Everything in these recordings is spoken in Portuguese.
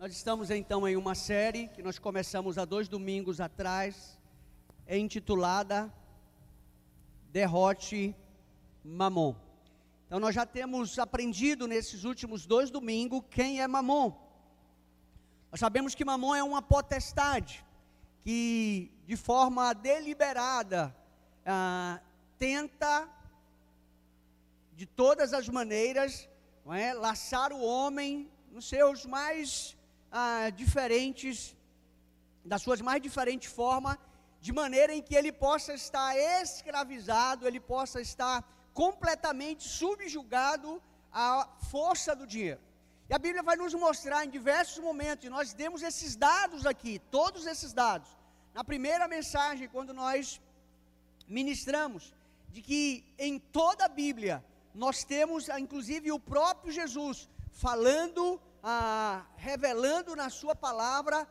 Nós estamos então em uma série que nós começamos há 2 domingos atrás, intitulada Derrote Mamon. Então nós já temos aprendido nesses últimos 2 domingos quem é Mamon. Nós sabemos que Mamon é uma potestade que de forma deliberada tenta de todas as maneiras, não é, laçar o homem nos seus mais diferentes, das suas mais diferentes formas, de maneira em que ele possa estar escravizado, ele possa estar completamente subjugado à força do dinheiro. E a Bíblia vai nos mostrar em diversos momentos, e nós demos esses dados aqui, todos esses dados, na primeira mensagem, quando nós ministramos, de que em toda a Bíblia, nós temos, inclusive, o próprio Jesus falando, revelando na sua palavra,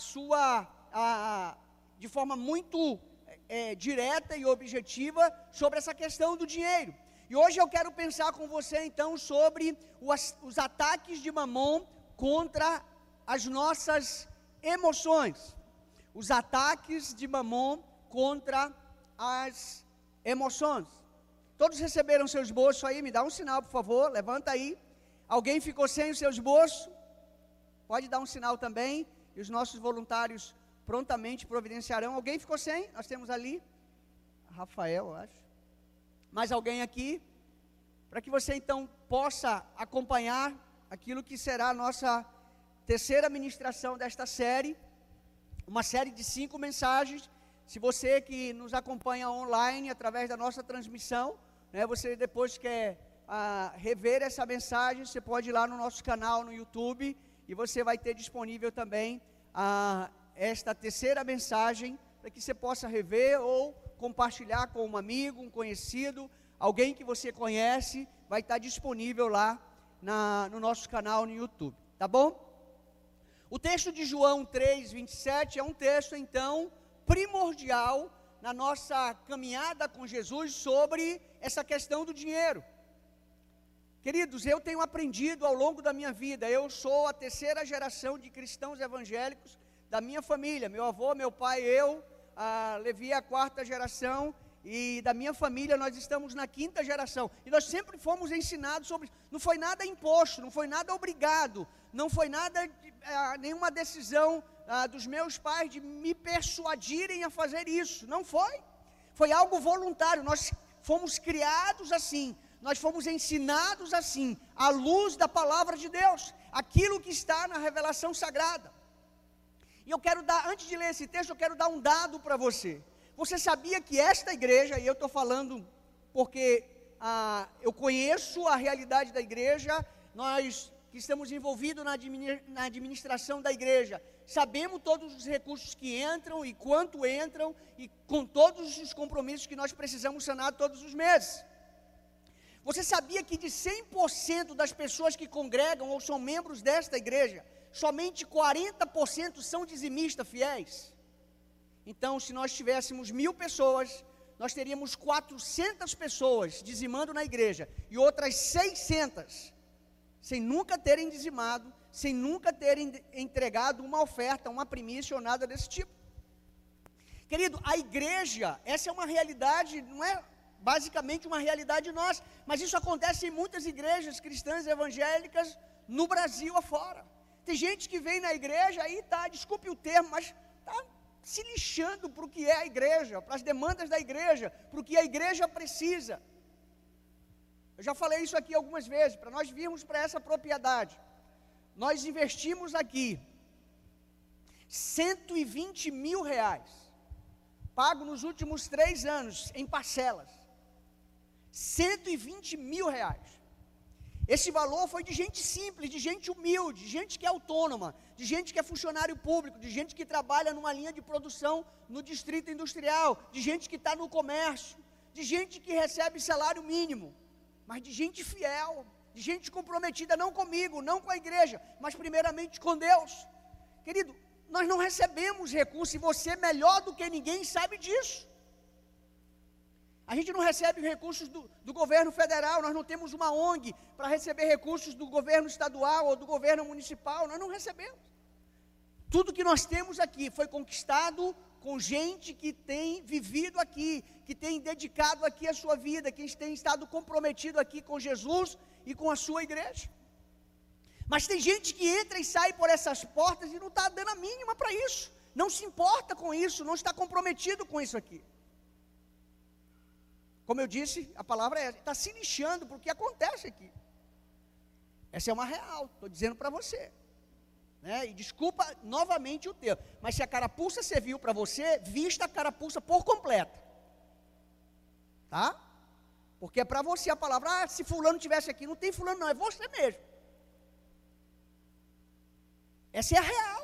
de forma muito direta e objetiva, sobre essa questão do dinheiro. E hoje eu quero pensar com você, então, sobre os ataques de Mamon contra as nossas emoções. Os ataques de Mamon contra as emoções. Todos receberam seu esboço aí? Me dá um sinal, por favor, levanta aí. Alguém ficou sem o seu esboço? Pode dar um sinal também, e os nossos voluntários prontamente providenciarão. Alguém ficou sem? Nós temos ali, Rafael, eu acho. Mais alguém aqui? Para que você então possa acompanhar aquilo que será a nossa terceira ministração desta série, uma série de 5 mensagens. Se você que nos acompanha online, através da nossa transmissão, você depois quer rever essa mensagem, você pode ir lá no nosso canal no YouTube, e você vai ter disponível também esta terceira mensagem, para que você possa rever ou compartilhar com um amigo, um conhecido, alguém que você conhece, vai estar disponível lá no nosso canal no YouTube, tá bom? O texto de João 3:27 é um texto, então, primordial na nossa caminhada com Jesus sobre essa questão do dinheiro. Queridos, eu tenho aprendido ao longo da minha vida, eu sou a terceira geração de cristãos evangélicos da minha família, meu avô, meu pai, eu, Levi é a 4ª geração, e da minha família nós estamos na 5ª geração, e nós sempre fomos ensinados sobre, não foi nada imposto, não foi nada obrigado, não foi nada, nenhuma decisão dos meus pais de me persuadirem a fazer isso, não foi, foi algo voluntário, nós fomos criados assim, nós fomos ensinados assim, à luz da palavra de Deus, aquilo que está na revelação sagrada. E eu quero dar, antes de ler esse texto, eu quero dar um dado para você. Você sabia que esta igreja, e eu estou falando porque eu conheço a realidade da igreja, nós que estamos envolvidos na administração da igreja, sabemos todos os recursos que entram e quanto entram, e com todos os compromissos que nós precisamos sanar todos os meses. Você sabia que de 100% das pessoas que congregam ou são membros desta igreja, somente 40% são dizimistas fiéis? Então, se nós tivéssemos 1.000 pessoas, nós teríamos 400 pessoas dizimando na igreja, e outras 600 sem nunca terem dizimado, sem nunca terem entregado uma oferta, uma primícia ou nada desse tipo. Querido, a igreja, essa é uma realidade, não é basicamente uma realidade nossa, mas isso acontece em muitas igrejas cristãs evangélicas no Brasil afora. Tem gente que vem na igreja e desculpe o termo, mas está se lixando para o que é a igreja, para as demandas da igreja, para o que a igreja precisa. Eu já falei isso aqui algumas vezes, para nós virmos para essa propriedade, nós investimos aqui R$120 mil, pago nos últimos 3 anos, em parcelas, R$120 mil. Esse valor foi de gente simples, de gente humilde, de gente que é autônoma, de gente que é funcionário público, de gente que trabalha numa linha de produção no distrito industrial, de gente que está no comércio, de gente que recebe salário mínimo, mas de gente fiel, de gente comprometida não comigo, não com a igreja, mas primeiramente com Deus. Querido, nós não recebemos recursos, e você melhor do que ninguém sabe disso. A gente não recebe recursos do governo federal, nós não temos uma ONG para receber recursos do governo estadual ou do governo municipal, nós não recebemos. Tudo que nós temos aqui foi conquistado com gente que tem vivido aqui, que tem dedicado aqui a sua vida, que tem estado comprometido aqui com Jesus e com a sua igreja. Mas tem gente que entra e sai por essas portas e não está dando a mínima para isso, não se importa com isso, não está comprometido com isso aqui. Como eu disse, a palavra é essa, está se lixando para o que acontece aqui. Essa é uma real, estou dizendo para você. Né? E desculpa novamente o termo, mas se a carapuça serviu para você, vista a carapuça por completa. Tá? Porque é para você a palavra, se fulano estivesse aqui, não tem fulano não, é você mesmo. Essa é a real.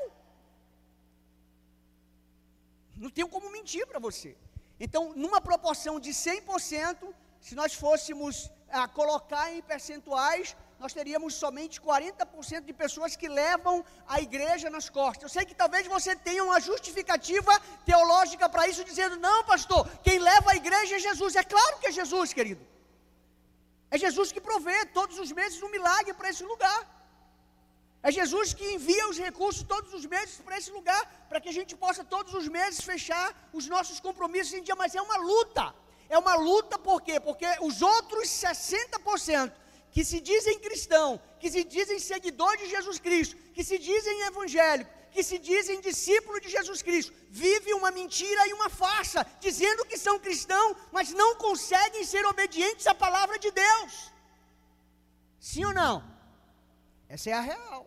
Não tenho como mentir para você. Então, numa proporção de 100%, se nós fôssemos colocar em percentuais, nós teríamos somente 40% de pessoas que levam a igreja nas costas. Eu sei que talvez você tenha uma justificativa teológica para isso, dizendo, não pastor, quem leva a igreja é Jesus. É claro que é Jesus, querido. É Jesus que provê todos os meses um milagre para esse lugar. É Jesus que envia os recursos todos os meses para esse lugar, para que a gente possa todos os meses fechar os nossos compromissos em dia, mas é uma luta. É uma luta por quê? Porque os outros 60% que se dizem cristão, que se dizem seguidor de Jesus Cristo, que se dizem evangélico, que se dizem discípulo de Jesus Cristo, vivem uma mentira e uma farsa, dizendo que são cristãos, mas não conseguem ser obedientes à palavra de Deus. Sim ou não? Essa é a real.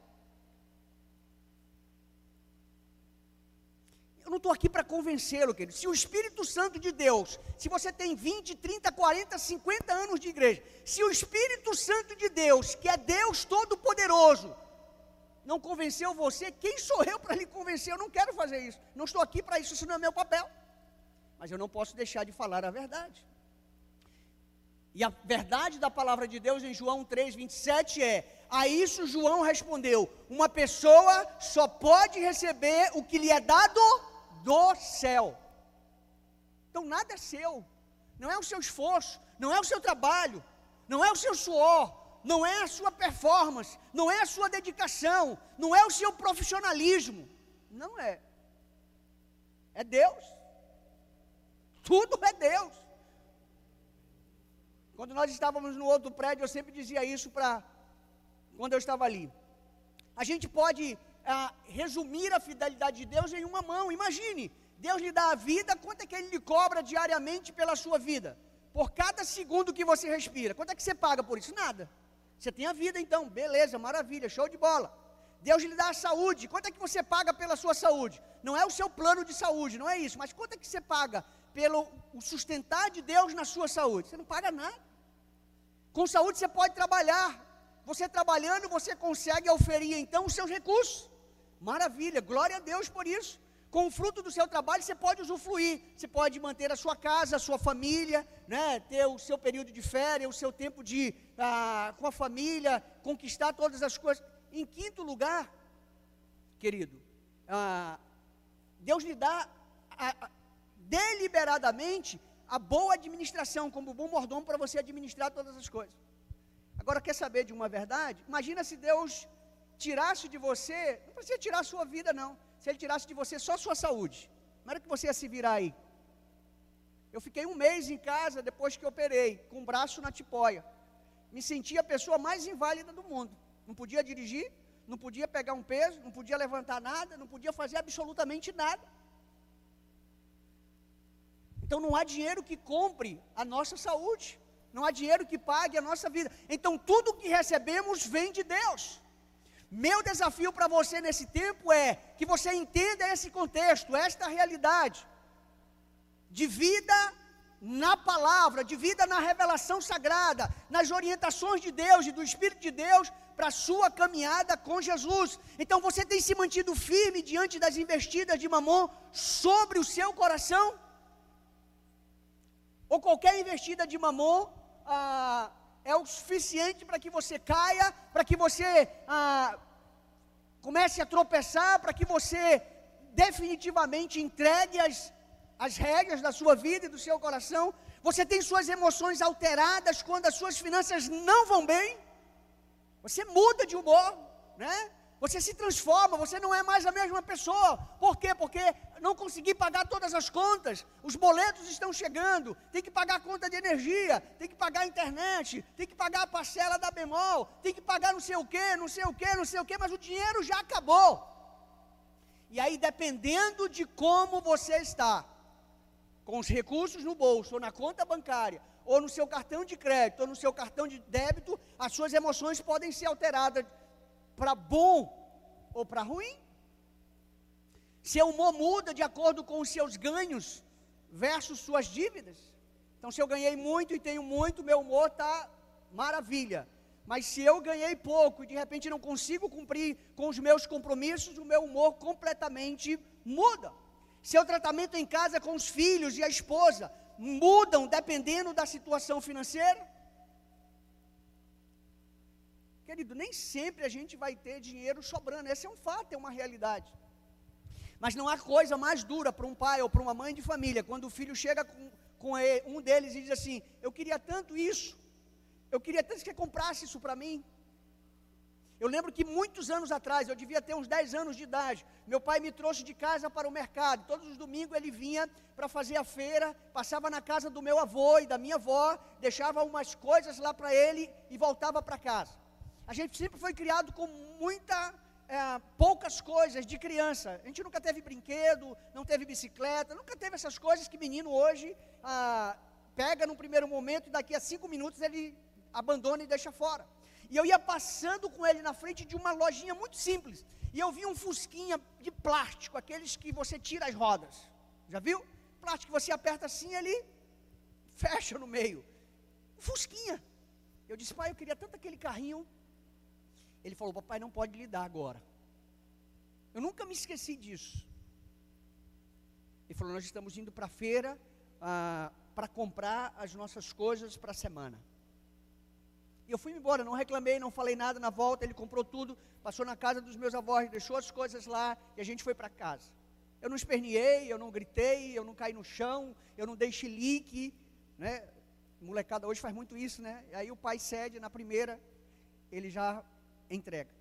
Eu não estou aqui para convencê-lo, querido. Se o Espírito Santo de Deus, se você tem 20, 30, 40, 50 anos de igreja, se o Espírito Santo de Deus, que é Deus Todo-Poderoso, não convenceu você, quem sou eu para lhe convencer? Eu não quero fazer isso. Não estou aqui para isso, isso não é meu papel. Mas eu não posso deixar de falar a verdade. E a verdade da palavra de Deus em João 3:27 é: a isso João respondeu, uma pessoa só pode receber o que lhe é dado do céu. Então nada é seu, não é o seu esforço, não é o seu trabalho, não é o seu suor, não é a sua performance, não é a sua dedicação, não é o seu profissionalismo, não é. É Deus, tudo é Deus. Quando nós estávamos no outro prédio, eu sempre dizia isso quando eu estava ali. A gente pode resumir a fidelidade de Deus em uma mão. Imagine, Deus lhe dá a vida, quanto é que Ele lhe cobra diariamente pela sua vida? Por cada segundo que você respira, quanto é que você paga por isso? Nada. Você tem a vida então, beleza, maravilha, show de bola. Deus lhe dá a saúde, quanto é que você paga pela sua saúde? Não é o seu plano de saúde, não é isso, mas quanto é que você paga pelo sustentar de Deus na sua saúde? Você não paga nada. Com saúde você pode trabalhar, você trabalhando, você consegue auferir então os seus recursos. Maravilha, glória a Deus por isso. Com o fruto do seu trabalho você pode usufruir, você pode manter a sua casa, a sua família, né, ter o seu período de férias, o seu tempo de com a família, conquistar todas as coisas. Em quinto lugar, querido, Deus lhe dá deliberadamente a boa administração, como bom mordomo para você administrar todas as coisas. Agora, quer saber de uma verdade? Imagina se Deus tirasse de você, não precisa tirar a sua vida não, se Ele tirasse de você só a sua saúde, não era que você ia se virar aí. Eu fiquei um mês em casa, depois que operei, com o braço na tipóia, me sentia a pessoa mais inválida do mundo, não podia dirigir, não podia pegar um peso, não podia levantar nada, não podia fazer absolutamente nada. Então não há dinheiro que compre a nossa saúde, não há dinheiro que pague a nossa vida. Então tudo que recebemos vem de Deus. Meu desafio para você nesse tempo é que você entenda esse contexto, esta realidade de vida na palavra, de vida na revelação sagrada, nas orientações de Deus e do Espírito de Deus para a sua caminhada com Jesus. Então você tem se mantido firme diante das investidas de Mamon sobre o seu coração? Ou qualquer investida de Mamon é o suficiente para que você caia, para que você comece a tropeçar, para que você definitivamente entregue as regras da sua vida e do seu coração? Você tem suas emoções alteradas quando as suas finanças não vão bem? Você muda de humor, né? Você se transforma, você não é mais a mesma pessoa. Por quê? Porque não consegui pagar todas as contas, os boletos estão chegando, tem que pagar a conta de energia, tem que pagar a internet, tem que pagar a parcela da bemol, tem que pagar não sei o quê, não sei o quê, não sei o quê, mas o dinheiro já acabou. E aí, dependendo de como você está, com os recursos no bolso, ou na conta bancária, ou no seu cartão de crédito, ou no seu cartão de débito, as suas emoções podem ser alteradas para bom ou para ruim. Seu humor muda de acordo com os seus ganhos versus suas dívidas. Então, se eu ganhei muito e tenho muito, meu humor está maravilha. Mas se eu ganhei pouco e de repente não consigo cumprir com os meus compromissos, o meu humor completamente muda. Seu tratamento em casa com os filhos e a esposa mudam dependendo da situação financeira. Querido, nem sempre a gente vai ter dinheiro sobrando, esse é um fato, é uma realidade. Mas não há coisa mais dura para um pai ou para uma mãe de família, quando o filho chega com um deles e diz assim: eu queria tanto isso, eu queria tanto que você comprasse isso para mim. Eu lembro que muitos anos atrás, eu devia ter uns 10 anos de idade, meu pai me trouxe de casa para o mercado. Todos os domingos ele vinha para fazer a feira, passava na casa do meu avô e da minha avó, deixava umas coisas lá para ele e voltava para casa. A gente sempre foi criado com poucas coisas de criança. A gente nunca teve brinquedo, não teve bicicleta, nunca teve essas coisas que menino hoje pega num primeiro momento e daqui a 5 minutos ele abandona e deixa fora. E eu ia passando com ele na frente de uma lojinha muito simples, e eu vi um fusquinha de plástico, aqueles que você tira as rodas, já viu? Plástico que você aperta assim, ele fecha no meio, um fusquinha. Eu disse: pai, eu queria tanto aquele carrinho. Ele falou: papai não pode lhe dar agora. Eu nunca me esqueci disso. Ele falou: nós estamos indo para a feira para comprar as nossas coisas para a semana. E eu fui embora, não reclamei, não falei nada. Na volta ele comprou tudo, passou na casa dos meus avós, deixou as coisas lá e a gente foi para casa. Eu não esperneei, eu não gritei, eu não caí no chão, eu não dei chilique, né? Molecada hoje faz muito isso, né? E aí o pai cede na primeira, ele já entrega.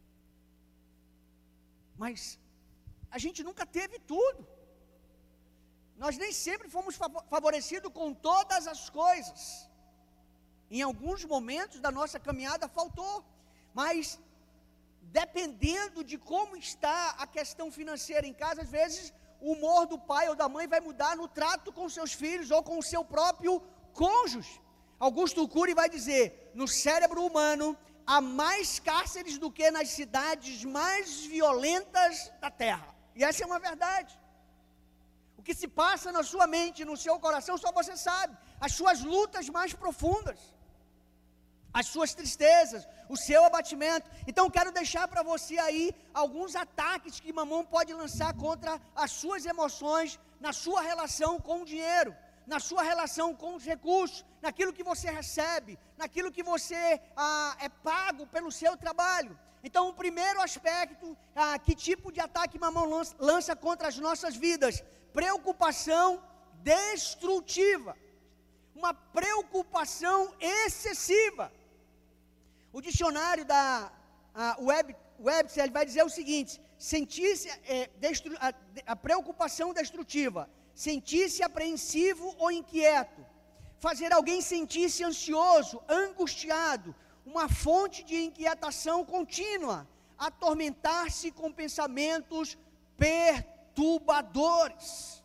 Mas a gente nunca teve tudo. Nós nem sempre fomos favorecidos com todas as coisas. Em alguns momentos da nossa caminhada faltou, mas dependendo de como está a questão financeira em casa, às vezes o humor do pai ou da mãe vai mudar no trato com seus filhos ou com o seu próprio cônjuge. Augusto Cury vai dizer: no cérebro humano há mais cárceres do que nas cidades mais violentas da terra. E essa é uma verdade. O que se passa na sua mente, no seu coração, só você sabe. As suas lutas mais profundas, as suas tristezas, o seu abatimento. Então quero deixar para você aí alguns ataques que mamão pode lançar contra as suas emoções, na sua relação com o dinheiro, na sua relação com os recursos, naquilo que você recebe, naquilo que você é pago pelo seu trabalho. Então o primeiro aspecto, que tipo de ataque mamão lança contra as nossas vidas? Preocupação destrutiva, uma preocupação excessiva. O dicionário da Webster vai dizer o seguinte: sentir-se, a preocupação destrutiva, sentir-se apreensivo ou inquieto, fazer alguém sentir-se ansioso, angustiado, uma fonte de inquietação contínua, atormentar-se com pensamentos perturbadores.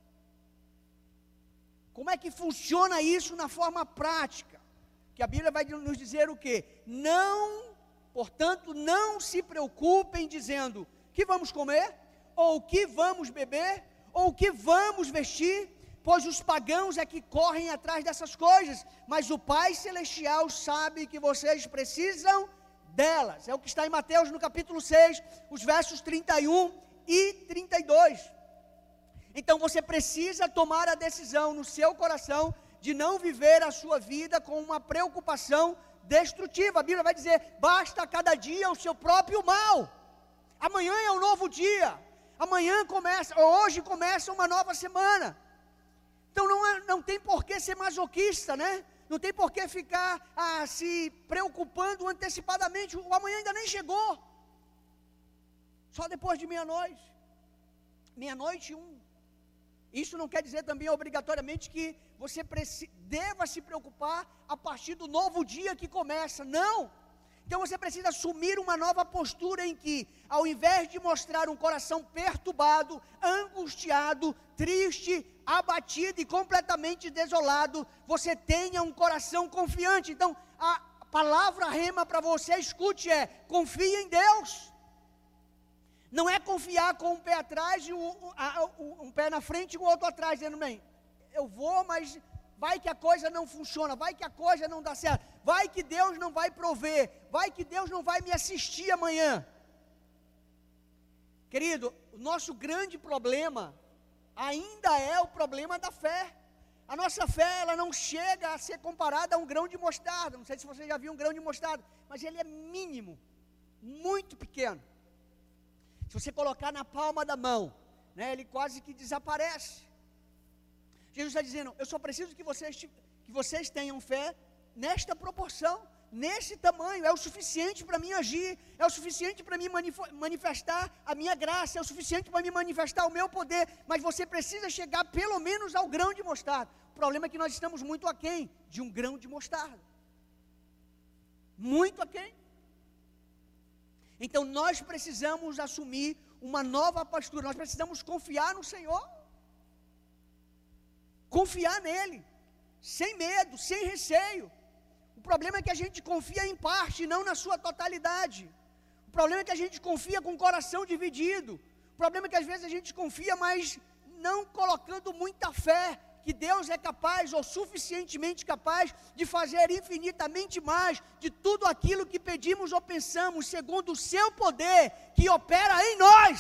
Como é que funciona isso na forma prática? Que a Bíblia vai nos dizer o quê? Portanto, não se preocupem dizendo: que vamos comer, ou o que vamos beber, ou o que vamos vestir, pois os pagãos é que correm atrás dessas coisas, mas o Pai Celestial sabe que vocês precisam delas. É o que está em Mateus no capítulo 6, os versos 31 e 32. Então você precisa tomar a decisão no seu coração de não viver a sua vida com uma preocupação destrutiva. A Bíblia vai dizer: basta a cada dia o seu próprio mal. Amanhã é um novo dia. Hoje começa uma nova semana. Então não tem por que ser masoquista, né? Não tem por que ficar se preocupando antecipadamente. O amanhã ainda nem chegou. Só depois de meia-noite. Meia-noite e 1. Isso não quer dizer também obrigatoriamente que você deva se preocupar a partir do novo dia que começa. Não! Então você precisa assumir uma nova postura em que, ao invés de mostrar um coração perturbado, angustiado, triste, abatido e completamente desolado, você tenha um coração confiante. Então, a palavra rema para você, escute, confie em Deus. Não é confiar com um pé atrás e um pé na frente e o outro atrás, dizendo, bem, eu vou, mas vai que a coisa não funciona, vai que a coisa não dá certo, vai que Deus não vai prover, vai que Deus não vai me assistir amanhã. Querido, o nosso grande problema ainda é o problema da fé. A nossa fé, ela não chega a ser comparada a um grão de mostarda. Não sei se você já viu um grão de mostarda, mas ele é mínimo, muito pequeno. Se você colocar na palma da mão, né, ele quase que desaparece. Jesus está dizendo, eu só preciso que vocês tenham fé nesta proporção, nesse tamanho, é o suficiente para mim agir, é o suficiente para mim manifestar a minha graça, é o suficiente para mim manifestar o meu poder, mas você precisa chegar pelo menos ao grão de mostarda. O problema é que nós estamos muito aquém de um grão de mostarda, muito aquém. Então nós precisamos assumir uma nova postura, nós precisamos confiar no Senhor, confiar nele, sem medo, sem receio. O problema é que a gente confia em parte, não na sua totalidade. O problema é que a gente confia com o coração dividido. O problema é que às vezes a gente confia, mas não colocando muita fé, que Deus é capaz, ou suficientemente capaz, de fazer infinitamente mais, de tudo aquilo que pedimos ou pensamos, segundo o seu poder, que opera em nós.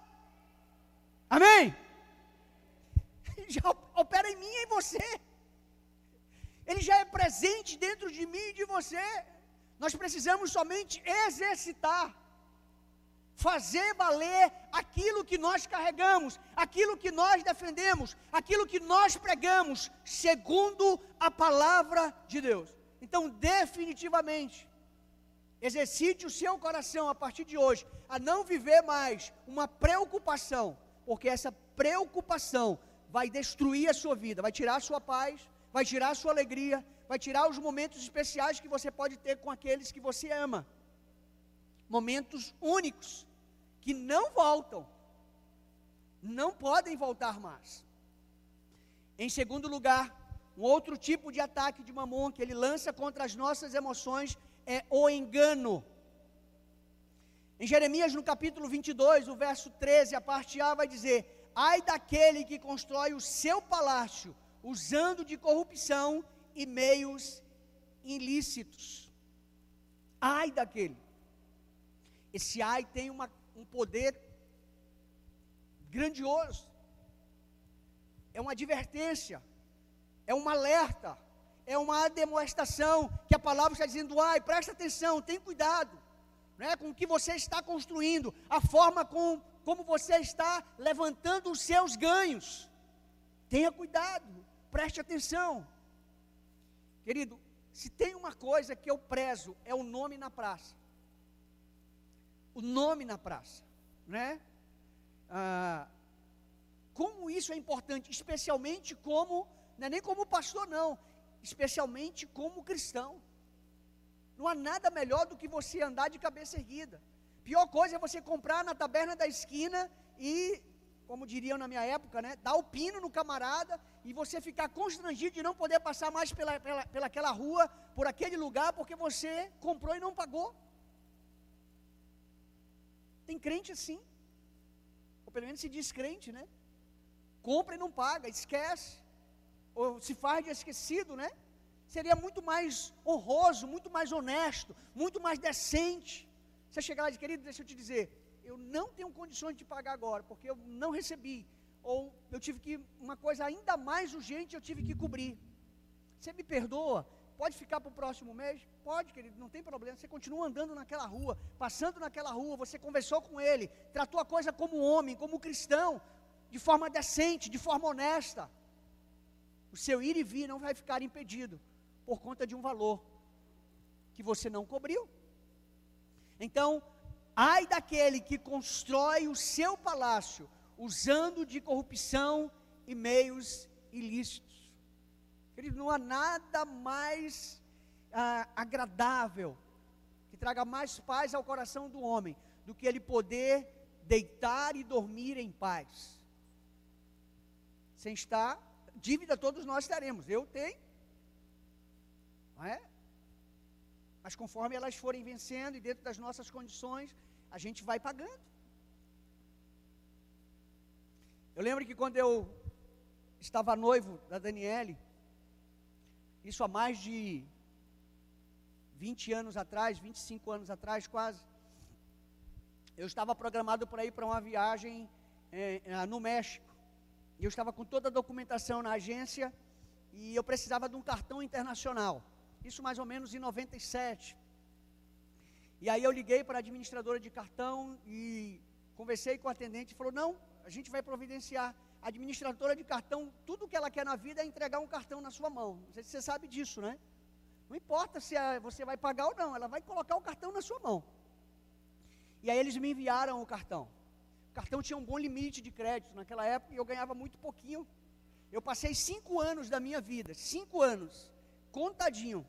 Amém? Já opera em mim e em você. Ele já é presente dentro de mim e de você. Nós precisamos somente exercitar, fazer valer aquilo que nós carregamos, aquilo que nós defendemos, aquilo que nós pregamos, segundo a palavra de Deus. Então, definitivamente, exercite o seu coração a partir de hoje, a não viver mais uma preocupação, porque essa preocupação vai destruir a sua vida, vai tirar a sua paz, vai tirar a sua alegria, vai tirar os momentos especiais que você pode ter com aqueles que você ama. Momentos únicos, que não voltam, não podem voltar mais. Em segundo lugar, um outro tipo de ataque de Mamon que ele lança contra as nossas emoções é o engano. Em Jeremias, no capítulo 22, o verso 13, a parte A vai dizer: ai daquele que constrói o seu palácio usando de corrupção e meios ilícitos. Ai daquele. Esse ai tem um poder grandioso. É uma advertência, é um alerta, é uma demonstração que a palavra está dizendo: ai, presta atenção, tem cuidado, né, com o que você está construindo, a forma como você está levantando os seus ganhos. Tenha cuidado, preste atenção. Querido, se tem uma coisa que eu prezo, é o nome na praça. O nome na praça, né? Como isso é importante, especialmente como, não é nem como pastor não, especialmente como cristão. Não há nada melhor do que você andar de cabeça erguida. Pior coisa é você comprar na taberna da esquina e, como diriam na minha época, né, dar o pino no camarada e você ficar constrangido de não poder passar mais pelaquela rua, por aquele lugar, porque você comprou e não pagou. Tem crente assim, ou pelo menos se diz crente, né? Compra e não paga, esquece, ou se faz de esquecido, né? Seria muito mais honroso, muito mais honesto, muito mais decente. Você chegar lá e dizer: querido, deixa eu te dizer, eu não tenho condições de pagar agora, porque eu não recebi, ou eu tive que, uma coisa ainda mais urgente, eu tive que cobrir. Você me perdoa? Pode ficar para o próximo mês? Pode, querido, não tem problema. Você continua andando naquela rua, passando naquela rua, você conversou com ele, tratou a coisa como homem, como cristão, de forma decente, de forma honesta. O seu ir e vir não vai ficar impedido por conta de um valor que você não cobriu. Então, ai daquele que constrói o seu palácio usando de corrupção e meios ilícitos. Querido, não há nada mais agradável, que traga mais paz ao coração do homem, do que ele poder deitar e dormir em paz. Sem estar, dívida todos nós teremos, eu tenho, não é? Mas conforme elas forem vencendo e dentro das nossas condições, a gente vai pagando. Eu lembro que quando eu estava noivo da Daniele, isso há mais de 20 anos atrás, 25 anos atrás quase, eu estava programado para ir para uma viagem no México, e eu estava com toda a documentação na agência, e eu precisava de um cartão internacional, isso mais ou menos em 97, e aí eu liguei para a administradora de cartão, e conversei com o atendente, e falou, não, a gente vai providenciar. A administradora de cartão, tudo que ela quer na vida é entregar um cartão na sua mão, não sei se você sabe disso, né? Não importa se você vai pagar ou não, ela vai colocar o cartão na sua mão. E aí eles me enviaram o cartão. O cartão tinha um bom limite de crédito naquela época e eu ganhava muito pouquinho. Eu passei 5 anos da minha vida, 5 anos, contadinho,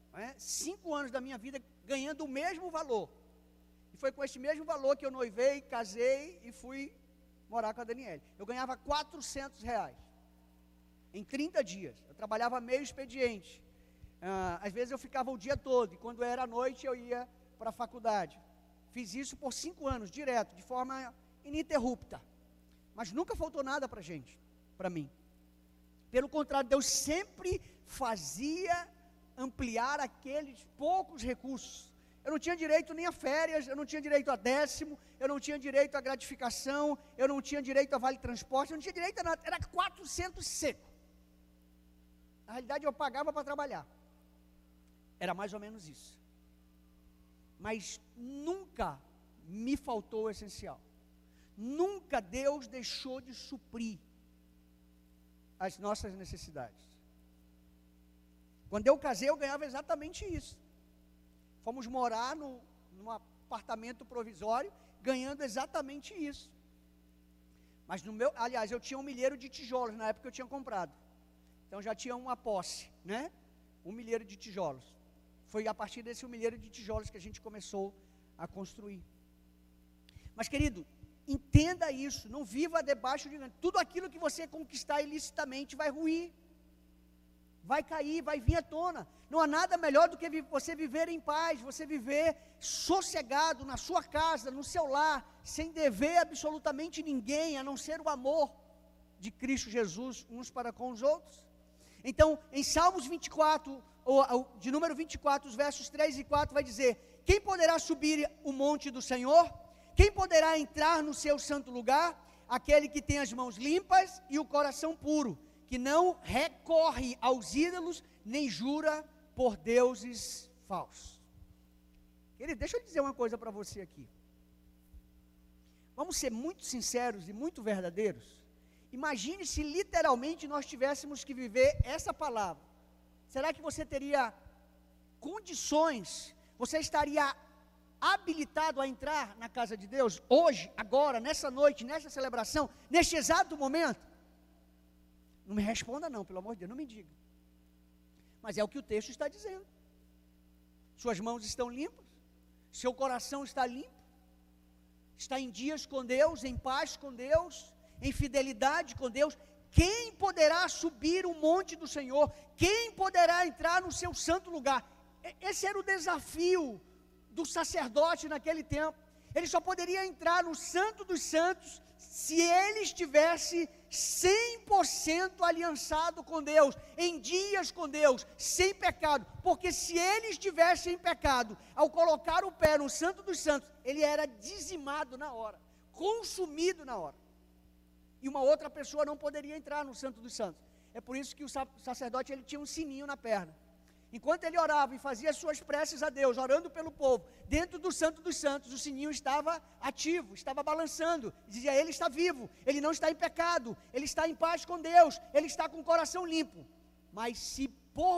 5 anos da minha vida ganhando o mesmo valor. E foi com esse mesmo valor que eu noivei, casei e fui morar com a Daniele. Eu ganhava R$400 em 30 dias. Eu trabalhava meio expediente. Às vezes eu ficava o dia todo, e quando era à noite eu ia para a faculdade. Fiz isso por 5 anos, direto, de forma ininterrupta. Mas nunca faltou nada para a gente, para mim. Pelo contrário, Deus sempre fazia ampliar aqueles poucos recursos. Eu não tinha direito nem a férias, eu não tinha direito a 10º, eu não tinha direito a gratificação, eu não tinha direito a vale transporte, eu não tinha direito a nada, era 400 seco. Na realidade eu pagava para trabalhar, era mais ou menos isso. Mas nunca me faltou o essencial, nunca Deus deixou de suprir as nossas necessidades. Quando eu casei eu ganhava exatamente isso. Fomos morar num apartamento provisório, ganhando exatamente isso. Mas aliás, eu tinha um milheiro de tijolos, na época eu tinha comprado. Então já tinha uma posse, né? Um milheiro de tijolos. Foi a partir desse milheiro de tijolos que a gente começou a construir. Mas querido, entenda isso, não viva debaixo de... Tudo aquilo que você conquistar ilicitamente vai ruir. Vai cair, vai vir à tona. Não há nada melhor do que você viver em paz, você viver sossegado na sua casa, no seu lar, sem dever absolutamente ninguém, a não ser o amor de Cristo Jesus uns para com os outros. Então, em Salmos 24, de número 24, os versos 3 e 4, vai dizer: quem poderá subir o monte do Senhor? Quem poderá entrar no seu santo lugar? Aquele que tem as mãos limpas e o coração puro, que não recorre aos ídolos, nem jura por deuses falsos. Querido, deixa eu dizer uma coisa para você aqui. Vamos ser muito sinceros e muito verdadeiros. Imagine se literalmente nós tivéssemos que viver essa palavra. Será que você teria condições, você estaria habilitado a entrar na casa de Deus, hoje, agora, nessa noite, nessa celebração, neste exato momento? Não me responda não, pelo amor de Deus, não me diga. Mas é o que o texto está dizendo. Suas mãos estão limpas, seu coração está limpo, está em dias com Deus, em paz com Deus, em fidelidade com Deus. Quem poderá subir o monte do Senhor? Quem poderá entrar no seu santo lugar? Esse era o desafio do sacerdote naquele tempo. Ele só poderia entrar no santo dos santos se ele estivesse 100% aliançado com Deus, em dias com Deus, sem pecado. Porque se ele estivesse em pecado, ao colocar o pé no santo dos santos, ele era dizimado na hora, consumido na hora. E uma outra pessoa não poderia entrar no santo dos santos. É por isso que o sacerdote ele tinha um sininho na perna. Enquanto ele orava e fazia suas preces a Deus, orando pelo povo, dentro do santo dos santos, o sininho estava ativo, estava balançando, dizia: ele está vivo, ele não está em pecado, ele está em paz com Deus, ele está com o coração limpo. Mas se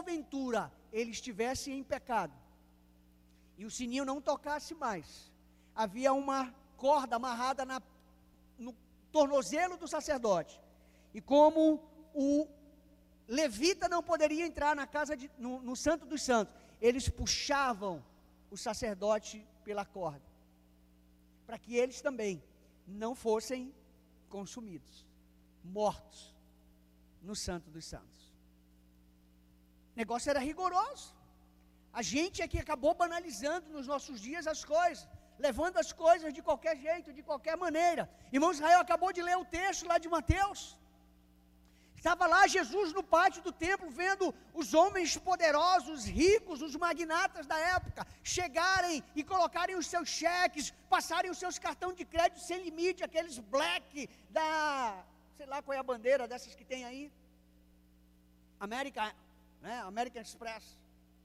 porventura ele estivesse em pecado, e o sininho não tocasse mais, havia uma corda amarrada no tornozelo do sacerdote. E como o levita não poderia entrar na casa no Santo dos Santos, eles puxavam o sacerdote pela corda, para que eles também não fossem consumidos, mortos no Santo dos Santos. O negócio era rigoroso. A gente é que acabou banalizando nos nossos dias as coisas, levando as coisas de qualquer jeito, de qualquer maneira. Irmão Israel acabou de ler o texto lá de Mateus. Estava lá Jesus no pátio do templo, vendo os homens poderosos, ricos, os magnatas da época, chegarem e colocarem os seus cheques, passarem os seus cartões de crédito sem limite, aqueles black sei lá qual é a bandeira dessas que tem aí, American Express.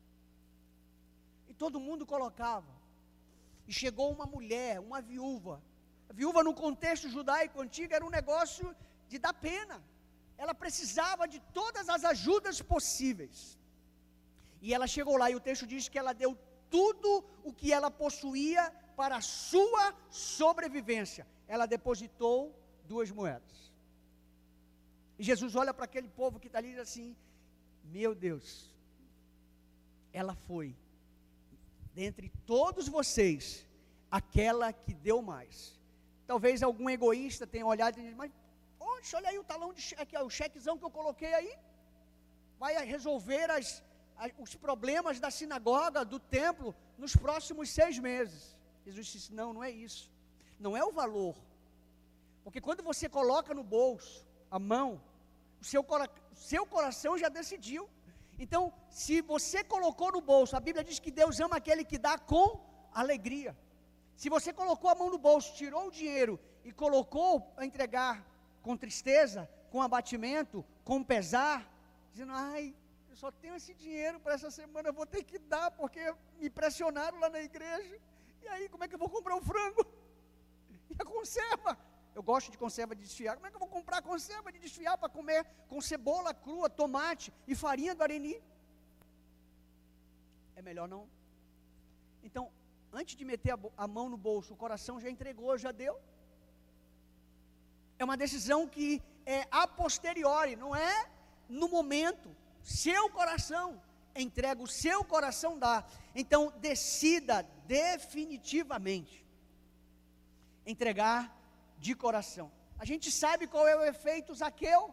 E todo mundo colocava. E chegou uma mulher, uma viúva. A viúva no contexto judaico antigo era um negócio de dar pena. Ela precisava de todas as ajudas possíveis. E ela chegou lá e o texto diz que ela deu tudo o que ela possuía para a sua sobrevivência. Ela depositou 2 moedas. E Jesus olha para aquele povo que está ali e diz assim: meu Deus, ela foi, dentre todos vocês, aquela que deu mais. Talvez algum egoísta tenha olhado e dito: mas poxa, olha aí o talão de cheque, o chequezão que eu coloquei aí, vai resolver os problemas da sinagoga, do templo, nos próximos 6 meses. Jesus disse: não é isso, não é o valor, porque quando você coloca no bolso, a mão, o seu coração já decidiu. Então, se você colocou no bolso, a Bíblia diz que Deus ama aquele que dá com alegria. Se você colocou a mão no bolso, tirou o dinheiro e colocou para entregar com tristeza, com abatimento, com pesar, dizendo: ai, eu só tenho esse dinheiro para essa semana, eu vou ter que dar, porque me pressionaram lá na igreja, e aí como é que eu vou comprar o frango? E a conserva? Eu gosto de conserva de desfiar. Como é que eu vou comprar conserva de desfiar para comer com cebola crua, tomate e farinha do Areni? É melhor não. Então, antes de meter a mão no bolso, o coração já entregou, já deu. É uma decisão que é a posteriori, não é no momento. Seu coração entrega, o seu coração dá. Então, decida definitivamente entregar de coração. A gente sabe qual é o efeito Zaqueu.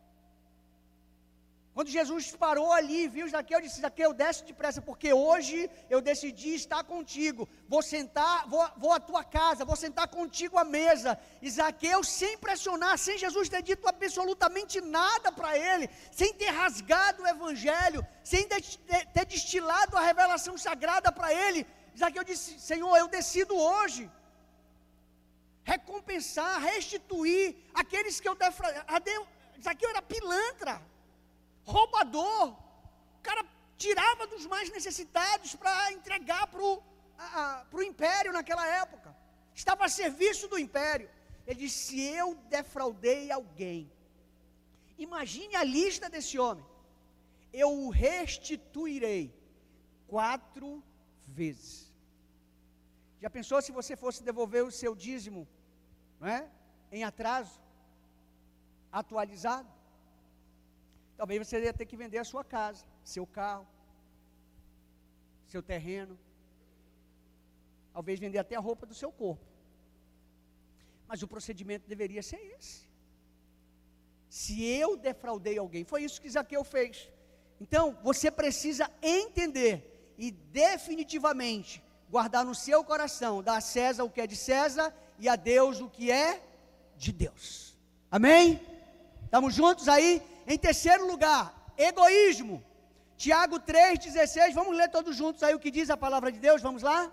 Quando Jesus parou ali, viu Zaqueu, disse: Zaqueu, desce depressa, porque hoje eu decidi estar contigo. Vou sentar, vou à tua casa, vou sentar contigo à mesa. E Zaqueu, sem pressionar, sem Jesus ter dito absolutamente nada para ele, sem ter rasgado o evangelho, sem ter destilado a revelação sagrada para ele, Zaqueu disse: Senhor, eu decido hoje recompensar, restituir aqueles que eu defraudei. Zaqueu era pilantra, roubador. O cara tirava dos mais necessitados para entregar para o império naquela época. Estava a serviço do império. Ele disse: se eu defraudei alguém, imagine a lista desse homem, eu o restituirei 4 vezes. Já pensou se você fosse devolver o seu dízimo, não é? Em atraso, atualizado? Talvez você ia ter que vender a sua casa, seu carro, seu terreno, talvez vender até a roupa do seu corpo. Mas o procedimento deveria ser esse. Se eu defraudei alguém, foi isso que Zaqueu fez. Então, você precisa entender e definitivamente guardar no seu coração, dar a César o que é de César e a Deus o que é de Deus. Amém? Estamos juntos aí? Em terceiro lugar, egoísmo. Tiago 3,16, vamos ler todos juntos aí o que diz a palavra de Deus, vamos lá?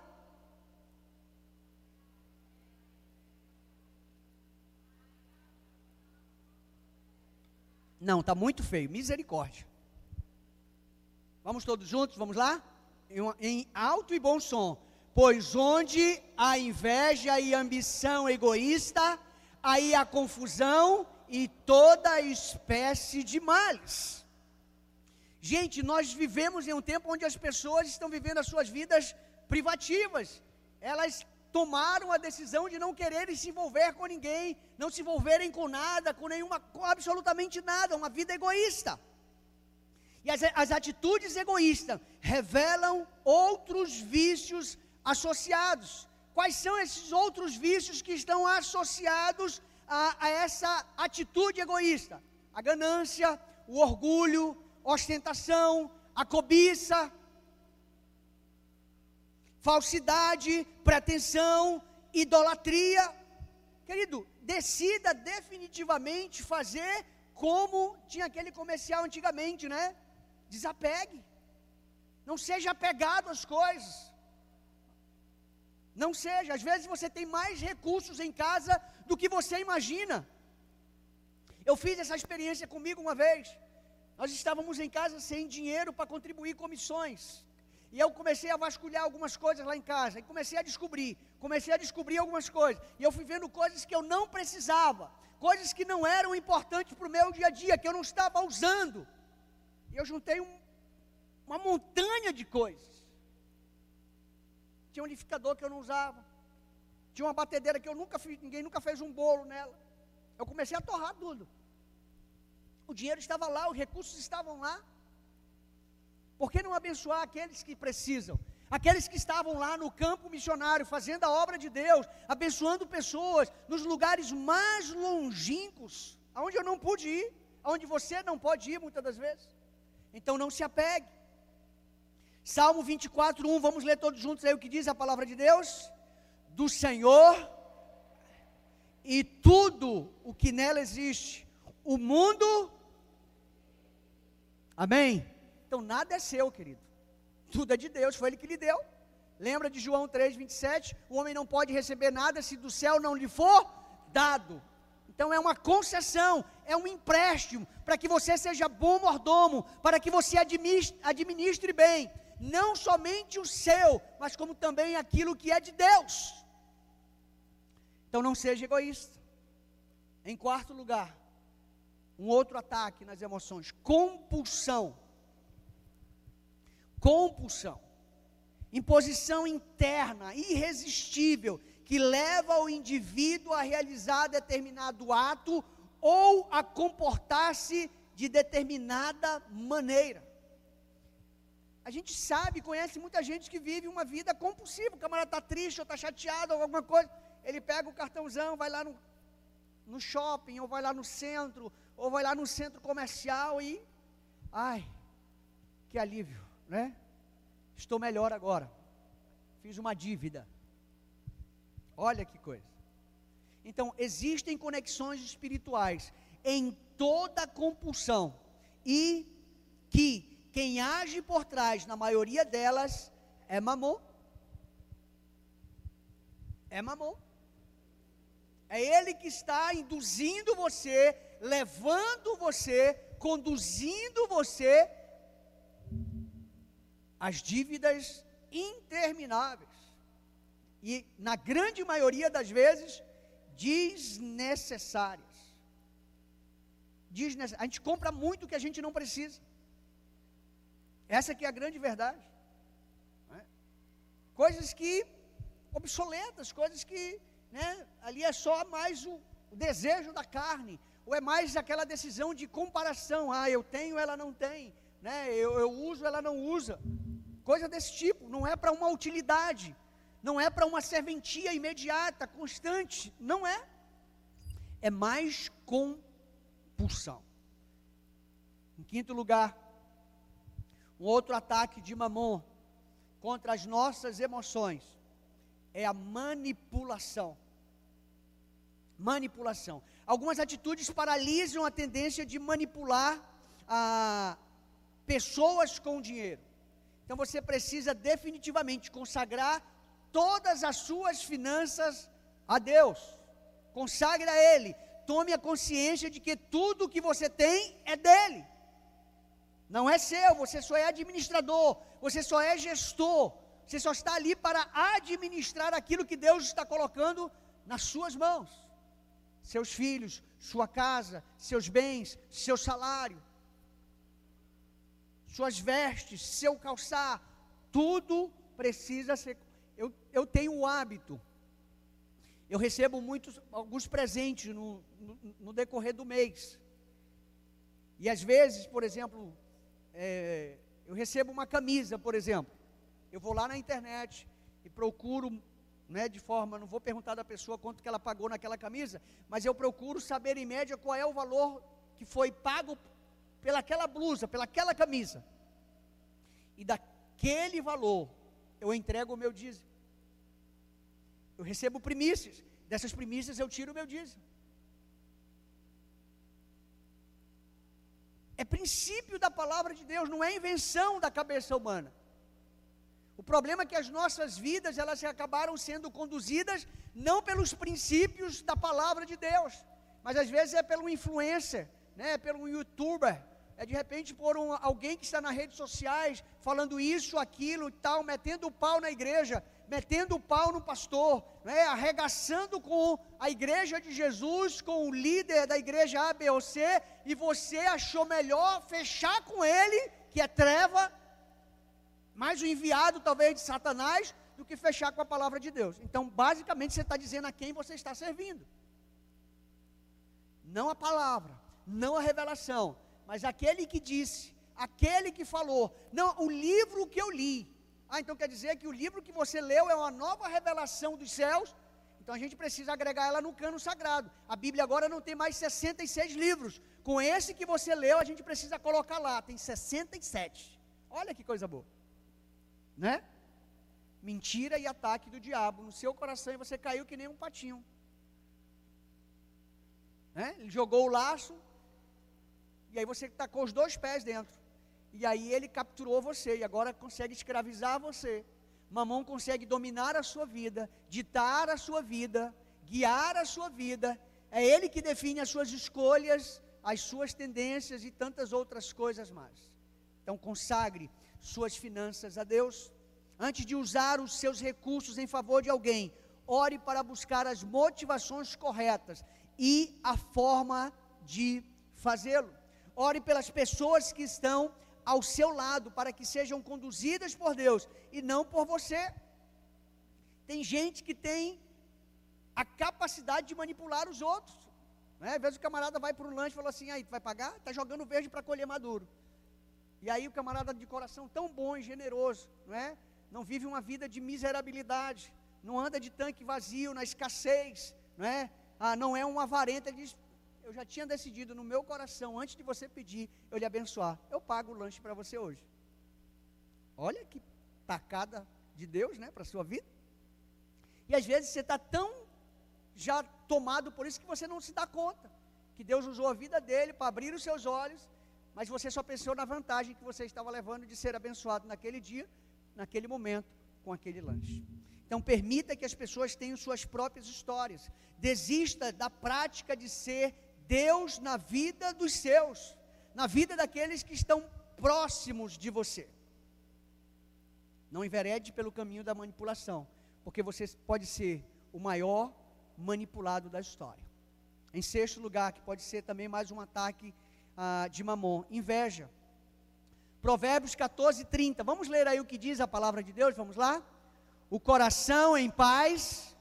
Não, está muito feio, misericórdia. Vamos todos juntos, vamos lá? Em alto e bom som. Pois onde há inveja e ambição egoísta, aí há confusão e toda espécie de males. Gente, nós vivemos em um tempo onde as pessoas estão vivendo as suas vidas privativas. Elas tomaram a decisão de não quererem se envolver com ninguém, não se envolverem com nada, com absolutamente nada, uma vida egoísta. E as atitudes egoístas revelam outros vícios associados. Quais são esses outros vícios que estão associados a essa atitude egoísta? A ganância, o orgulho, ostentação, a cobiça, falsidade, pretensão, idolatria. Querido, decida definitivamente fazer como tinha aquele comercial antigamente, né? Desapegue. Não seja apegado às coisas. Não seja. Às vezes você tem mais recursos em casa do que você imagina. Eu fiz essa experiência comigo uma vez. Nós estávamos em casa sem dinheiro para contribuir com missões. E eu comecei a vasculhar algumas coisas lá em casa. E comecei a descobrir algumas coisas. E eu fui vendo coisas que eu não precisava. Coisas que não eram importantes para o meu dia a dia, que eu não estava usando. E eu juntei uma montanha de coisas. Tinha um liquidificador que eu não usava. Tinha uma batedeira que eu nunca fiz, ninguém nunca fez um bolo nela. Eu comecei a torrar tudo. O dinheiro estava lá, os recursos estavam lá. Por que não abençoar aqueles que precisam? Aqueles que estavam lá no campo missionário, fazendo a obra de Deus, abençoando pessoas, nos lugares mais longínquos, aonde eu não pude ir, aonde você não pode ir muitas das vezes. Então não se apegue. Salmo 24:1, vamos ler todos juntos aí o que diz a palavra de Deus. Do Senhor e tudo o que nela existe, o mundo, amém? Então nada é seu, querido, tudo é de Deus, foi Ele que lhe deu. Lembra de João 3:27, o homem não pode receber nada se do céu não lhe for dado. Então é uma concessão, é um empréstimo, para que você seja bom mordomo, para que você administre bem, não somente o seu, mas como também aquilo que é de Deus. Então não seja egoísta. Em quarto lugar, um outro ataque nas emoções, compulsão. Compulsão, imposição interna, irresistível, que leva o indivíduo a realizar determinado ato ou a comportar-se de determinada maneira. A gente sabe, conhece muita gente que vive uma vida compulsiva. O camarada está triste ou está chateado ou alguma coisa, ele pega o cartãozão, vai lá no shopping, ou vai lá no centro, ou vai lá no centro comercial e, ai, que alívio, né? Estou melhor agora, fiz uma dívida. Olha que coisa. Então, existem conexões espirituais em toda compulsão, e que quem age por trás, na maioria delas, é mamon. É mamon. É ele que está induzindo você, levando você, conduzindo você às dívidas intermináveis. E, na grande maioria das vezes, desnecessárias. A gente compra muito que a gente não precisa. Essa que é a grande verdade. Né? Coisas que, obsoletas, coisas que, né, ali é só mais o desejo da carne, ou é mais aquela decisão de comparação. Ah, eu tenho, ela não tem, né? eu uso, ela não usa. Coisa desse tipo, não é para uma utilidade, não é para uma serventia imediata, constante, não é. É mais compulsão. Em quinto lugar, um outro ataque de mamon contra as nossas emoções é a manipulação. Manipulação. Algumas atitudes paralisam a tendência de manipular pessoas com dinheiro. Então você precisa definitivamente consagrar todas as suas finanças a Deus. Consagre a Ele. Tome a consciência de que tudo que você tem é dele. Não é seu, você só é administrador, você só é gestor, você só está ali para administrar aquilo que Deus está colocando nas suas mãos. Seus filhos, sua casa, seus bens, seu salário, suas vestes, seu calçar, tudo precisa ser. Eu tenho o hábito eu recebo alguns presentes no decorrer do mês. E às vezes, por exemplo, eu recebo uma camisa, por exemplo. Eu vou lá na internet e procuro, de forma, não vou perguntar da pessoa quanto que ela pagou naquela camisa, mas eu procuro saber em média qual é o valor que foi pago pelaquela blusa, pelaquela camisa. E daquele valor, eu entrego o meu dízimo. Eu recebo primícias, dessas primícias eu tiro o meu dízimo. É princípio da palavra de Deus, não é invenção da cabeça humana. O problema é que as nossas vidas, elas acabaram sendo conduzidas não pelos princípios da palavra de Deus, mas às vezes é pelo influencer, pelo youtuber, de repente por alguém que está nas redes sociais, falando isso, aquilo e tal, metendo o pau na igreja, metendo o pau no pastor, arregaçando com a igreja de Jesus, com o líder da igreja A, B ou C, e você achou melhor fechar com ele, que é treva, mais o enviado talvez de Satanás, do que fechar com a palavra de Deus. Então, basicamente, você está dizendo a quem você está servindo. Não a palavra, não a revelação, mas aquele que disse, aquele que falou, não, o livro que eu li. Então quer dizer que o livro que você leu é uma nova revelação dos céus, então a gente precisa agregar ela no cano sagrado. A Bíblia agora não tem mais 66 livros, com esse que você leu a gente precisa colocar lá, tem 67, olha que coisa boa, Mentira e ataque do diabo no seu coração, e você caiu que nem um patinho, ele jogou o laço, e aí você tacou os 2 pés dentro, e aí ele capturou você, e agora consegue escravizar você. Mamão consegue dominar a sua vida, ditar a sua vida, guiar a sua vida, é ele que define as suas escolhas, as suas tendências e tantas outras coisas mais. Então consagre suas finanças a Deus, antes de usar os seus recursos em favor de alguém, ore para buscar as motivações corretas, e a forma de fazê-lo. Ore pelas pessoas que estão ao seu lado, para que sejam conduzidas por Deus, e não por você. Tem gente que tem a capacidade de manipular os outros, Às vezes o camarada vai para o lanche e fala assim, aí, tu vai pagar? Está jogando verde para colher maduro. E aí o camarada de coração tão bom e generoso, não vive uma vida de miserabilidade, não anda de tanque vazio, na escassez, não é um avarento. Ele diz, eu já tinha decidido no meu coração, antes de você pedir, eu lhe abençoar, eu pago o lanche para você hoje. Olha que tacada de Deus, para a sua vida. E às vezes você está tão já tomado por isso, que você não se dá conta, que Deus usou a vida dele para abrir os seus olhos, mas você só pensou na vantagem que você estava levando de ser abençoado naquele dia, naquele momento, com aquele lanche. Então permita que as pessoas tenham suas próprias histórias, desista da prática de ser Deus na vida dos seus, na vida daqueles que estão próximos de você. Não enverede pelo caminho da manipulação, porque você pode ser o maior manipulado da história. Em sexto lugar, que pode ser também mais um ataque de Mamon, inveja. Provérbios 14:30, vamos ler aí o que diz a palavra de Deus, vamos lá? O coração em paz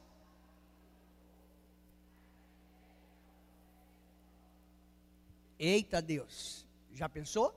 eita Deus, já pensou?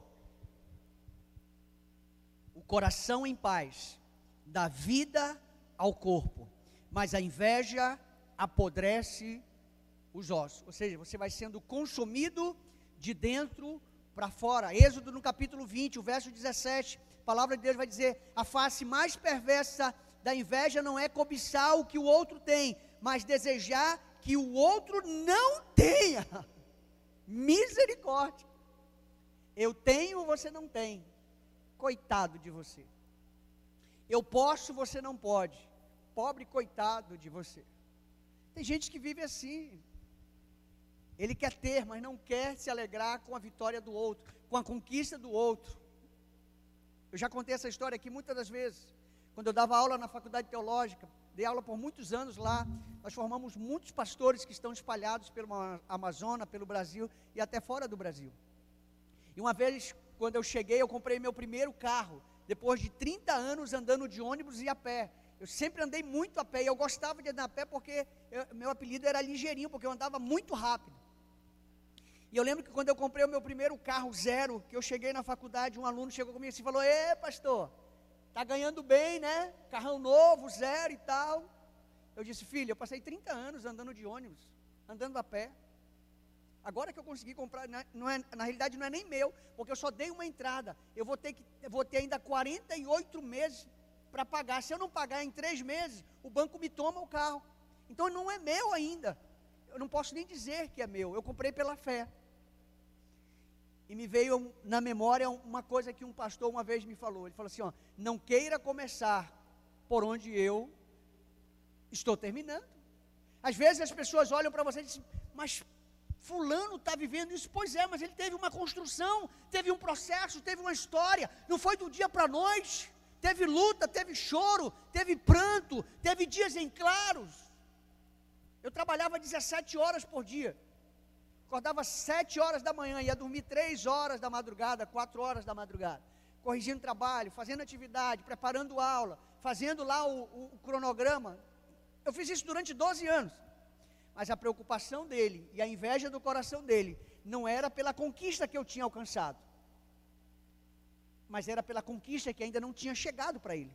O coração em paz dá vida ao corpo, mas a inveja apodrece os ossos, ou seja, você vai sendo consumido de dentro para fora. Êxodo no capítulo 20, o verso 17, a palavra de Deus vai dizer, a face mais perversa da inveja não é cobiçar o que o outro tem, mas desejar que o outro não tenha. Misericórdia. Eu tenho, você não tem. Coitado de você. Eu posso, você não pode. Pobre coitado de você. Tem gente que vive assim. Ele quer ter, mas não quer se alegrar com a vitória do outro, com a conquista do outro. Eu já contei essa história aqui muitas das vezes. Quando eu dava aula na faculdade teológica, dei aula por muitos anos lá, nós formamos muitos pastores que estão espalhados pela Amazônia, pelo Brasil e até fora do Brasil. E uma vez, quando eu cheguei, eu comprei meu primeiro carro, depois de 30 anos andando de ônibus e a pé. Eu sempre andei muito a pé, e eu gostava de andar a pé porque meu apelido era ligeirinho, porque eu andava muito rápido. E eu lembro que quando eu comprei o meu primeiro carro zero, que eu cheguei na faculdade, um aluno chegou comigo e falou: "Ê, pastor, tá ganhando bem, né? Carrão novo, zero e tal." Eu disse: "Filho, eu passei 30 anos andando de ônibus, andando a pé. Agora que eu consegui comprar, na realidade não é nem meu, porque eu só dei uma entrada. Eu vou ter ainda 48 meses para pagar. Se eu não pagar em 3 meses, o banco me toma o carro. Então não é meu ainda. Eu não posso nem dizer que é meu. Eu comprei pela fé." E me veio na memória uma coisa que um pastor uma vez me falou. Ele falou assim: "Ó, não queira começar por onde eu estou terminando." Às vezes as pessoas olham para você e dizem: "Mas fulano está vivendo isso." Pois é, mas ele teve uma construção, teve um processo, teve uma história. Não foi do dia para a noite. Teve luta, teve choro, teve pranto, teve dias em claros. Eu trabalhava 17 horas por dia. Acordava 7 horas da manhã, ia dormir 3 horas da madrugada, 4 horas da madrugada, corrigindo trabalho, fazendo atividade, preparando aula, fazendo lá o cronograma. Eu fiz isso durante 12 anos. Mas a preocupação dele e a inveja do coração dele não era pela conquista que eu tinha alcançado, mas era pela conquista que ainda não tinha chegado para ele.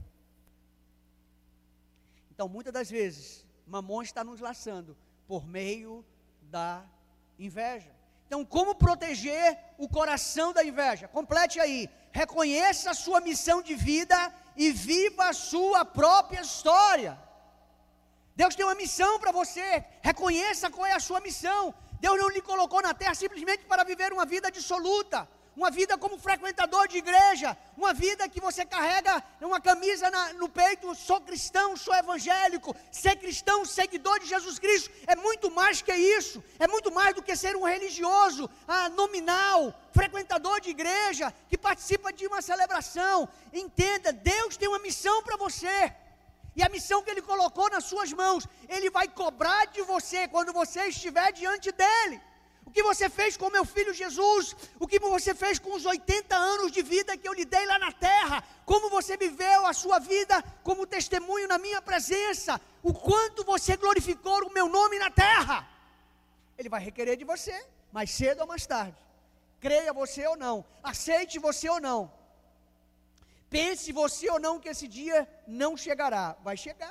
Então, muitas das vezes, Mamon está nos laçando por meio da inveja. Então, como proteger o coração da inveja? Complete aí: reconheça a sua missão de vida e viva a sua própria história. Deus tem uma missão para você. Reconheça qual é a sua missão. Deus não lhe colocou na terra simplesmente para viver uma vida dissoluta, uma vida como frequentador de igreja, uma vida que você carrega uma camisa no peito: sou cristão, sou evangélico. Ser cristão, seguidor de Jesus Cristo, é muito mais que isso. É muito mais do que ser um religioso nominal, frequentador de igreja, que participa de uma celebração. Entenda, Deus tem uma missão para você. E a missão que Ele colocou nas suas mãos, Ele vai cobrar de você quando você estiver diante dEle. O que você fez com meu filho Jesus, o que você fez com os 80 anos de vida que eu lhe dei lá na terra, como você viveu a sua vida como testemunho na minha presença, o quanto você glorificou o meu nome na terra. Ele vai requerer de você, mais cedo ou mais tarde. Creia você ou não, aceite você ou não, pense você ou não que esse dia não chegará. Vai chegar.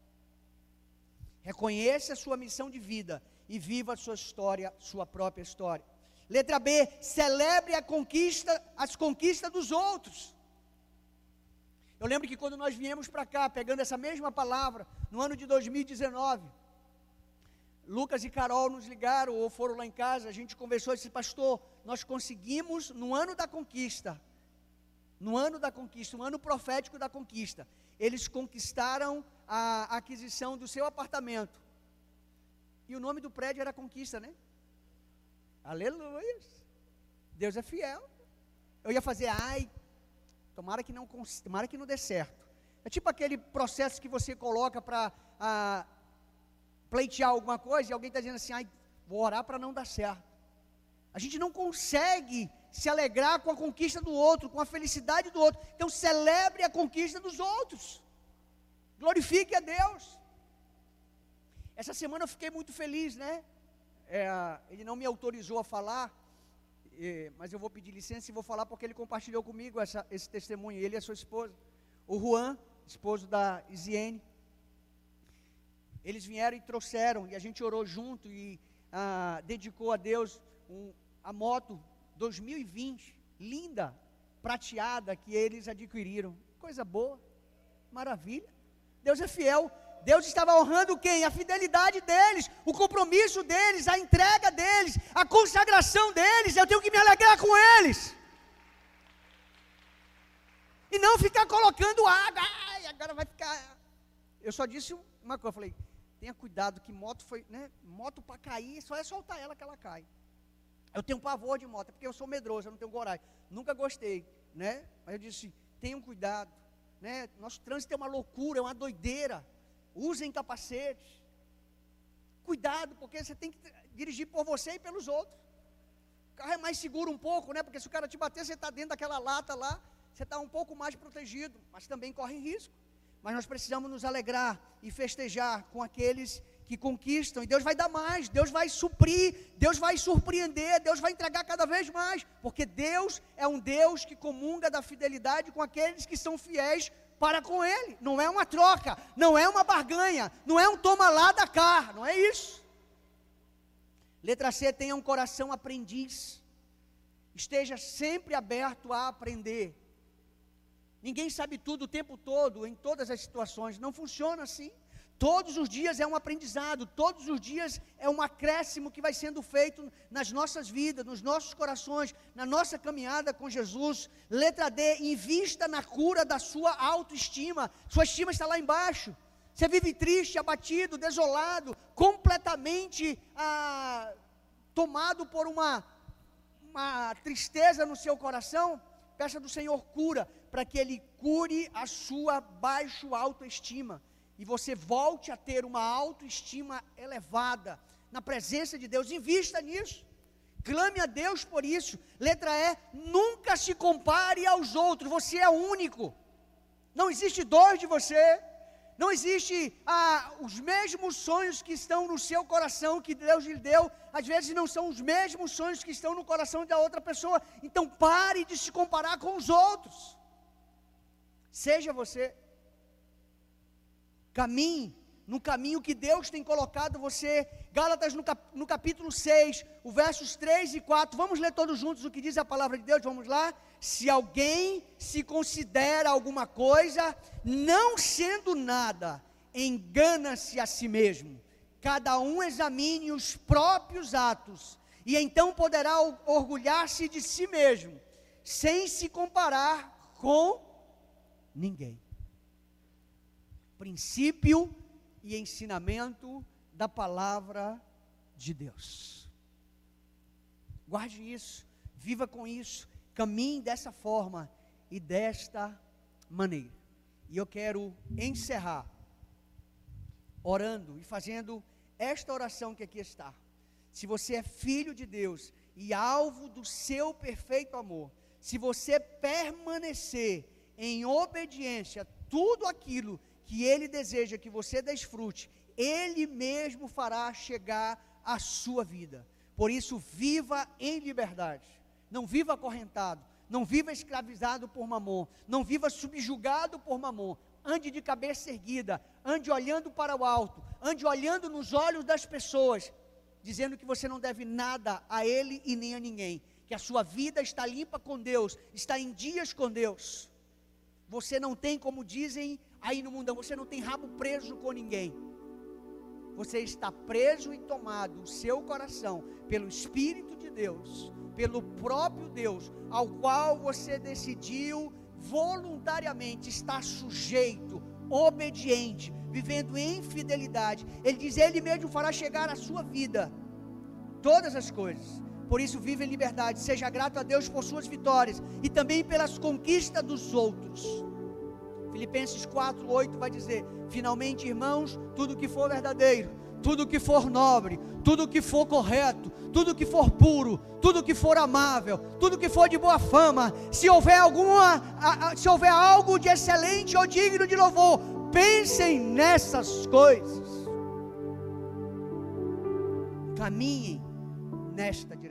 Reconheça a sua missão de vida e viva a sua história, sua própria história. Letra B, celebre as conquistas dos outros. Eu lembro que quando nós viemos para cá, pegando essa mesma palavra, no ano de 2019, Lucas e Carol nos ligaram, ou foram lá em casa, a gente conversou e disse: "Pastor, nós conseguimos no ano da conquista, um ano profético da conquista, eles conquistaram a aquisição do seu apartamento." E o nome do prédio era Conquista, né? Aleluia! Deus é fiel. Eu ia fazer: tomara que não dê certo. É tipo aquele processo que você coloca para pleitear alguma coisa, e alguém está dizendo assim: vou orar para não dar certo. A gente não consegue se alegrar com a conquista do outro, com a felicidade do outro. Então celebre a conquista dos outros, glorifique a Deus. Essa semana eu fiquei muito feliz, né? Ele não me autorizou a falar, mas eu vou pedir licença e vou falar porque ele compartilhou comigo esse testemunho, ele e a sua esposa. O Juan, esposo da Isiene, eles vieram e trouxeram, e a gente orou junto e dedicou a Deus a moto 2020, linda, prateada, que eles adquiriram. Coisa boa, maravilha. Deus é fiel. Deus estava honrando quem? A fidelidade deles, o compromisso deles, a entrega deles, a consagração deles. Eu tenho que me alegrar com eles. E não ficar colocando água. Agora vai ficar. Eu só disse uma coisa, eu falei: tenha cuidado que moto foi, né? Moto para cair, só é soltar ela que ela cai. Eu tenho pavor de moto, porque eu sou medroso, eu não tenho coragem. Nunca gostei, né? Mas eu disse: tenham cuidado, né? Nosso trânsito é uma loucura, é uma doideira. Usem capacetes. Cuidado, porque você tem que dirigir por você e pelos outros. O carro é mais seguro um pouco, né? Porque se o cara te bater, você está dentro daquela lata lá, você está um pouco mais protegido, mas também corre risco. mas nós precisamos nos alegrar e festejar com aqueles que conquistam, e Deus vai dar mais, Deus vai suprir, Deus vai surpreender, Deus vai entregar cada vez mais, porque Deus é um Deus que comunga da fidelidade com aqueles que são fiéis para com Ele. Não é uma troca, não é uma barganha, não é um toma lá da cá, não é isso. Letra C, tenha um coração aprendiz, esteja sempre aberto a aprender. Ninguém sabe tudo o tempo todo, em todas as situações, não funciona assim. Todos os dias é um aprendizado, todos os dias é um acréscimo que vai sendo feito nas nossas vidas, nos nossos corações, na nossa caminhada com Jesus. Letra D, invista na cura da sua autoestima. Sua estima está lá embaixo. Você vive triste, abatido, desolado, completamente tomado por uma tristeza no seu coração. Peça do Senhor cura, para que Ele cure a sua baixa autoestima. E você volte a ter uma autoestima elevada, na presença de Deus. Invista nisso, clame a Deus por isso. Letra E, nunca se compare aos outros, você é único, não existe dois de você, não existe os mesmos sonhos que estão no seu coração, que Deus lhe deu, às vezes não são os mesmos sonhos que estão no coração da outra pessoa. Então pare de se comparar com os outros, seja você. Caminhe no caminho que Deus tem colocado você. Gálatas no capítulo 6, os versos 3 e 4, vamos ler todos juntos o que diz a palavra de Deus, vamos lá. Se alguém se considera alguma coisa, não sendo nada, engana-se a si mesmo. Cada um examine os próprios atos, e então poderá orgulhar-se de si mesmo, sem se comparar com ninguém. Princípio e ensinamento da palavra de Deus. Guarde isso, viva com isso, caminhe dessa forma e desta maneira. E eu quero encerrar orando e fazendo esta oração que aqui está. Se você é filho de Deus e alvo do seu perfeito amor, se você permanecer em obediência a tudo aquilo que Ele deseja que você desfrute, Ele mesmo fará chegar à sua vida. Por isso, viva em liberdade, não viva acorrentado, não viva escravizado por Mamon, não viva subjugado por Mamon. Ande de cabeça erguida, ande olhando para o alto, ande olhando nos olhos das pessoas, dizendo que você não deve nada a Ele e nem a ninguém, que a sua vida está limpa com Deus, está em dias com Deus. Você não tem, como dizem aí no mundão, você não tem rabo preso com ninguém. Você está preso e tomado, o seu coração, pelo Espírito de Deus, pelo próprio Deus, ao qual você decidiu voluntariamente estar sujeito, obediente, vivendo em fidelidade. Ele diz, Ele mesmo fará chegar à sua vida todas as coisas. Por isso, viva em liberdade, seja grato a Deus por suas vitórias e também pelas conquistas dos outros. Filipenses 4:8 vai dizer, finalmente, irmãos, tudo que for verdadeiro, tudo que for nobre, tudo que for correto, tudo que for puro, tudo que for amável, tudo que for de boa fama, se houver algo de excelente ou digno de louvor, pensem nessas coisas. Caminhem nesta direção.